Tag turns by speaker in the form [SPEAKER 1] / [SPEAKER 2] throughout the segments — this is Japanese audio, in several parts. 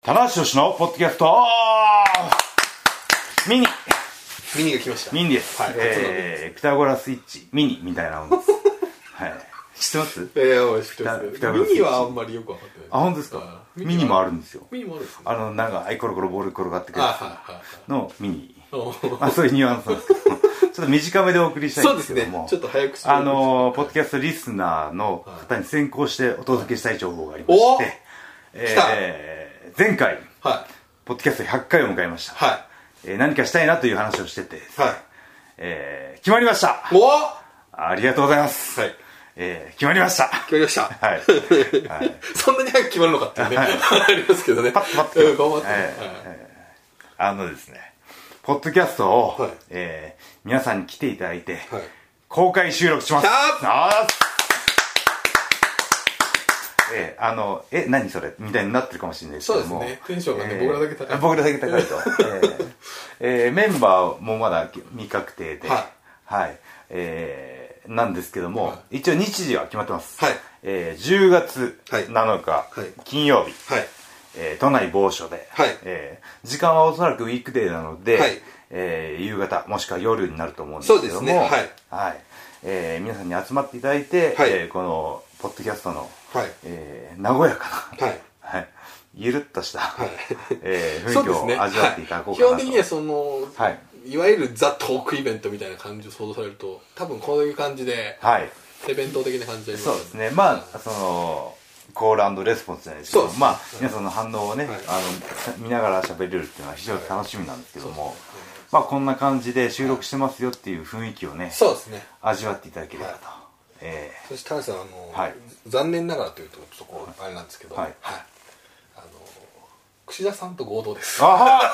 [SPEAKER 1] 棚橋宏のポッドキャストミニ
[SPEAKER 2] が来ました。
[SPEAKER 1] ミニです、はい、ピタゴラスイッチミニみたいなものですはい、知ってます？
[SPEAKER 2] 知ってます。ミニはあんまりよく分かってない。
[SPEAKER 1] あ、本当ですか？ミニもあるんですよ。
[SPEAKER 2] ミニもあるんですね。
[SPEAKER 1] なんかコロコロボール転がってくるのミニそういうニュアンスなんですけどちょっと短めでお送りしたいんですけども、
[SPEAKER 2] そうですね、ちょっと早くして
[SPEAKER 1] ポッドキャストリスナーの方に先行してお届けしたい情報がありまして、前回、はい、ポッドキャスト100回を迎えました、はい、何かしたいなという話をしてて、はい、決まりました。ありがとうございます、はい、決まりました。
[SPEAKER 2] 決まりました。はい。はい、そんなに早く決まるのかっていうね、ありますけどね。
[SPEAKER 1] パッと頑張って。ですね、ポッドキャストを、はい、皆さんに来ていただいて、はい、公開収録します。何それみたいになってるかもしれないですけども、
[SPEAKER 2] そうですね、テンションがね、僕らだけ高い。
[SPEAKER 1] 僕らだけ高いと。メンバーもまだ未確定で、はい、なんですけども、一応日時は決まってます。はい、10月7日、金曜日、都内某所で、時間はおそらくウィークデーなので、夕方もしくは夜になると思うんですけども、皆さんに集まっていただいて、このポッドキャストの和やかな、ゆるっとした雰囲気を味わっていただこうかなと。
[SPEAKER 2] 基本的にはその、いわゆるザ・トークイベントみたいな感じを想像されると、多分こういう感じで、イベント的な感じで、
[SPEAKER 1] そうですね。まあそのコール&レスポンスじゃないですけど、まあ皆さんの反応をね、見ながら喋れるっていうのは非常に楽しみなんですけども、まあこんな感じで収録してますよっていう雰囲気をね、味わっていただければと。
[SPEAKER 2] そして田中さん、残念ながらというとそこあれなんですけど、櫛田さんと合同です。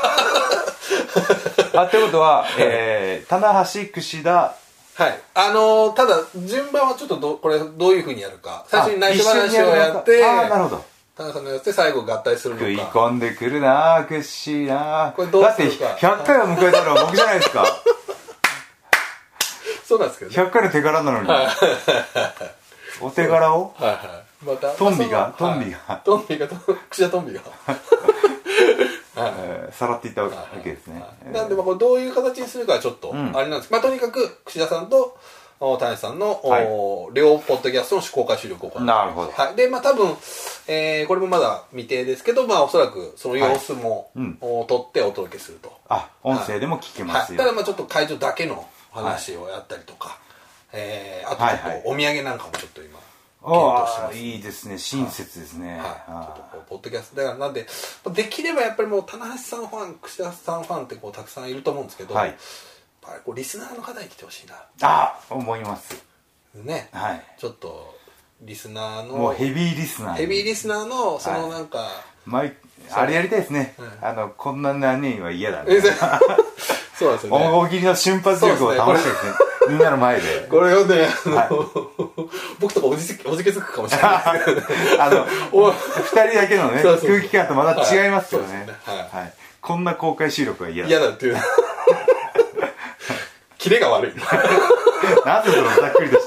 [SPEAKER 1] ってことは、棚橋櫛田、
[SPEAKER 2] はい、ただ順番はちょっとこれどういうふうにやるか、最初に内緒話をやって、
[SPEAKER 1] なるほど、
[SPEAKER 2] 田中さんのやって最後合体するのか。
[SPEAKER 1] 食い込んでくるな櫛田。これどうするか。だって100回を迎えたのは僕じゃないですか。
[SPEAKER 2] そうなんですけど、
[SPEAKER 1] 100回の手柄なのにお手柄を
[SPEAKER 2] また
[SPEAKER 1] トンビが
[SPEAKER 2] 櫛田トンビが
[SPEAKER 1] さらっていったわけですね。
[SPEAKER 2] なんでこれどういう形にするかはちょっとあれなんですけど、とにかく櫛田さんと田中さんの両ポッドキャストの公開収録を行う。
[SPEAKER 1] なるほど。
[SPEAKER 2] で多分これもまだ未定ですけど、おそらくその様子も撮ってお届けすると。
[SPEAKER 1] 音声でも聞けますよ。
[SPEAKER 2] ただちょっと会場だけの話をやったりとか、あとちょっとお土産なんかもちょっと今検討してます。
[SPEAKER 1] いいですね、親切ですね。
[SPEAKER 2] ちょっとポッドキャストだから、なんでできればやっぱりもう棚橋さんファン、櫛田さんファンってたくさんいると思うんですけど、やっぱりリスナーの方に来てほしいな。
[SPEAKER 1] 思います
[SPEAKER 2] ね。ちょっとリスナーの
[SPEAKER 1] もうヘビーリスナ
[SPEAKER 2] ーのそのなんか
[SPEAKER 1] あれやりたいですね。こんな何人は嫌だね。
[SPEAKER 2] そうですよね。
[SPEAKER 1] 大喜利の瞬発力を保してですね。みんなの前で。
[SPEAKER 2] これをね、僕とかおじけづくかもしれないですけどね。
[SPEAKER 1] 2人だけのね、空気感とまた違いますよね。こんな公開収録は嫌だ。
[SPEAKER 2] 嫌だっていう。キレが悪い。
[SPEAKER 1] なんでそのざっくりとして。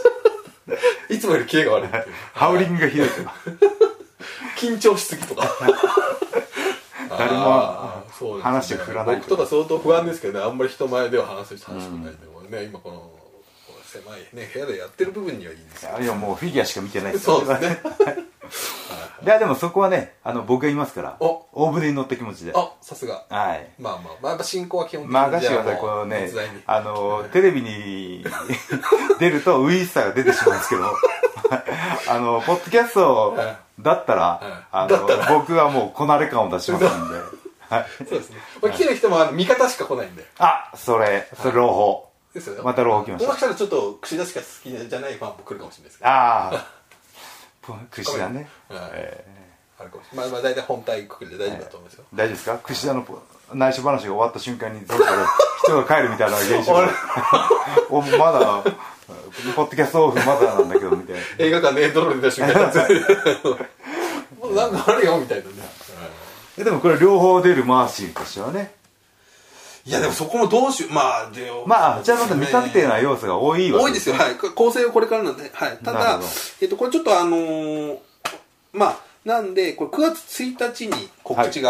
[SPEAKER 2] いつもよりキレが悪い。
[SPEAKER 1] ハウリングがひどいとか。
[SPEAKER 2] 緊張しすぎとか。
[SPEAKER 1] 誰も話を振らない。
[SPEAKER 2] 僕とか相当不安ですけどね、あんまり人前では話す人楽しくないんで、ね、今この狭いね部屋でやってる部分にはいいんですよ。
[SPEAKER 1] いやもうフィギュアしか見てないです
[SPEAKER 2] よ。そうですね。
[SPEAKER 1] いやでもそこはね、僕がいますから大船に乗った気持ちで。
[SPEAKER 2] さすが。
[SPEAKER 1] はい。
[SPEAKER 2] まあやっぱ進行は基本的に
[SPEAKER 1] 任せてください。このね、テレビに出るとウイスターが出てしまうんですけど、ポッドキャストだったら僕はもうこなれ感を出しますんで。
[SPEAKER 2] そうですね。来てる人も味方しか来ないんで。
[SPEAKER 1] それ朗報
[SPEAKER 2] ですよね。
[SPEAKER 1] また朗報来ました。
[SPEAKER 2] もしかしたらちょっと櫛田しか好きじゃないファンも来るかもしれないですけど。
[SPEAKER 1] 櫛田ね。
[SPEAKER 2] あるかもしれない。まあ大体本体くくりで大丈夫だと思いますよ。
[SPEAKER 1] 大丈夫ですか？櫛田の内緒話が終わった瞬間にどっかで人が帰るみたいな現象がまだポッドキャストオフまだなんだけどみたいな。
[SPEAKER 2] 映画館でドローン出た瞬間もうなんかあるよみたいなね。
[SPEAKER 1] でもこれ両方出るマーシーとしてはね。
[SPEAKER 2] いやでもそこもどうしよう。じ
[SPEAKER 1] ゃあまだ未確定な要素が多いわけ
[SPEAKER 2] 多いですよ。構成はこれからなんで。ただこれちょっとなんでこれ9月1日に告知が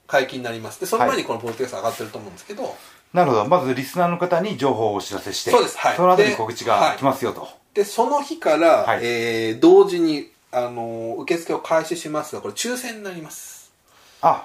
[SPEAKER 2] 解禁になります。でその前にこのポッドキャスト上がってると思うんですけど、
[SPEAKER 1] なるほど。まずリスナーの方に情報をお知らせして、
[SPEAKER 2] そうです、はい、
[SPEAKER 1] その後に告知が来ますよと。
[SPEAKER 2] でその日から、同時に受付を開始しますが、これ抽選になります。
[SPEAKER 1] はい。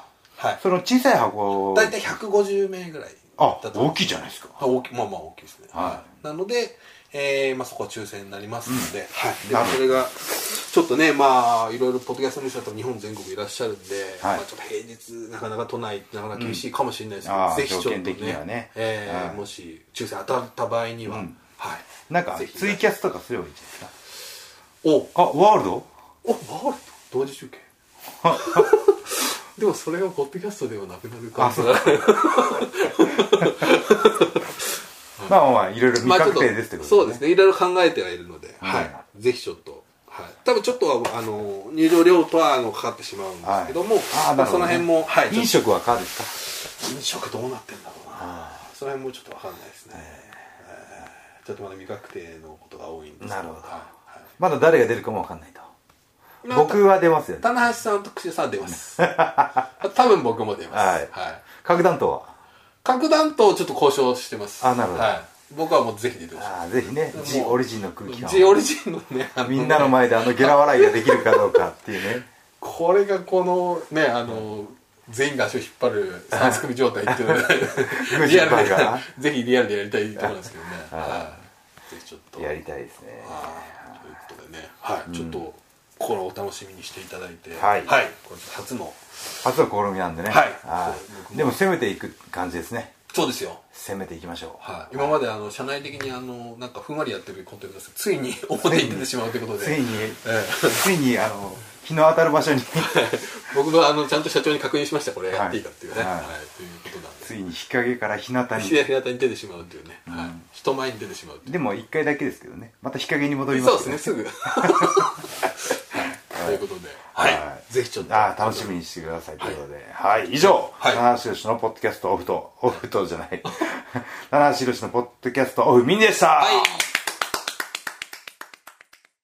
[SPEAKER 1] その小さい箱
[SPEAKER 2] 大体150名ぐらい
[SPEAKER 1] だと。大きいじゃないですか。
[SPEAKER 2] まあ大きいですね。なので、そこは抽選になりますので、でそれがちょっとね、いろいろポッドキャストの人だと日本全国いらっしゃるんで、ちょっと平日なかなか都内なかなか厳しいかもしれないですけど、ぜひちょっとね、もし抽選当たった場合には、
[SPEAKER 1] なんかツイキャスとかすればいいんじゃないですか。ワールド
[SPEAKER 2] 同時中継でもそれがポッドキャストではなくなる可能性がある。
[SPEAKER 1] いろいろ未確定ですってことですね。
[SPEAKER 2] そうですね、いろいろ考えてはいるので、ぜひちょっと、多分ちょっと入場料とはかかってしまうんですけども、その辺も、
[SPEAKER 1] 飲食はかです
[SPEAKER 2] か。飲食どうなってんだろうな。その辺もちょっと分かんないですね。ちょっとまだ未確定のことが多いんですけど。
[SPEAKER 1] なるほど。まだ誰が出るかも分かんないと。僕は出ますよね。
[SPEAKER 2] 棚橋さんと串田さんは出ます。多分僕も出ます。
[SPEAKER 1] 核弾頭は
[SPEAKER 2] 核弾頭ちょっと交渉してます。
[SPEAKER 1] なるほど。
[SPEAKER 2] 僕はもうぜひ出てほしい。
[SPEAKER 1] ぜひね、ジオリジンの空気感。
[SPEAKER 2] ジオリジンのね、
[SPEAKER 1] みんなの前でゲラ笑いができるかどうかっていうね。
[SPEAKER 2] これがこのね、全員が足を引っ張る3組状態っていうので、リアルでぜひリアルでやりたいところなんですけどね。ぜひちょっと
[SPEAKER 1] やりたいですね。
[SPEAKER 2] ということでね、ちょっとこれをお楽しみにしていただいて、これ初の
[SPEAKER 1] 試みなんでね。でも攻めていく感じですね。
[SPEAKER 2] そうですよ。
[SPEAKER 1] 攻めていきましょう。
[SPEAKER 2] 今まで社内的になんかふんわりやってるコンテンツがついに表に出てしまうということで、
[SPEAKER 1] ついに日の当たる場所に
[SPEAKER 2] 僕のちゃんと社長に確認しました、これやっていいかっていうね、ということなんで、
[SPEAKER 1] ついに日陰から日向に
[SPEAKER 2] 出てしまうというね、人前に出てしまう。
[SPEAKER 1] でも1回だけですけどね、また日陰に戻ります。
[SPEAKER 2] そうですね、すぐということで、ぜひちょっと
[SPEAKER 1] 楽しみにしてくださいということで、以上、棚橋宏のポッドキャストオフとじゃない棚橋宏のポッドキャストオフミニでした。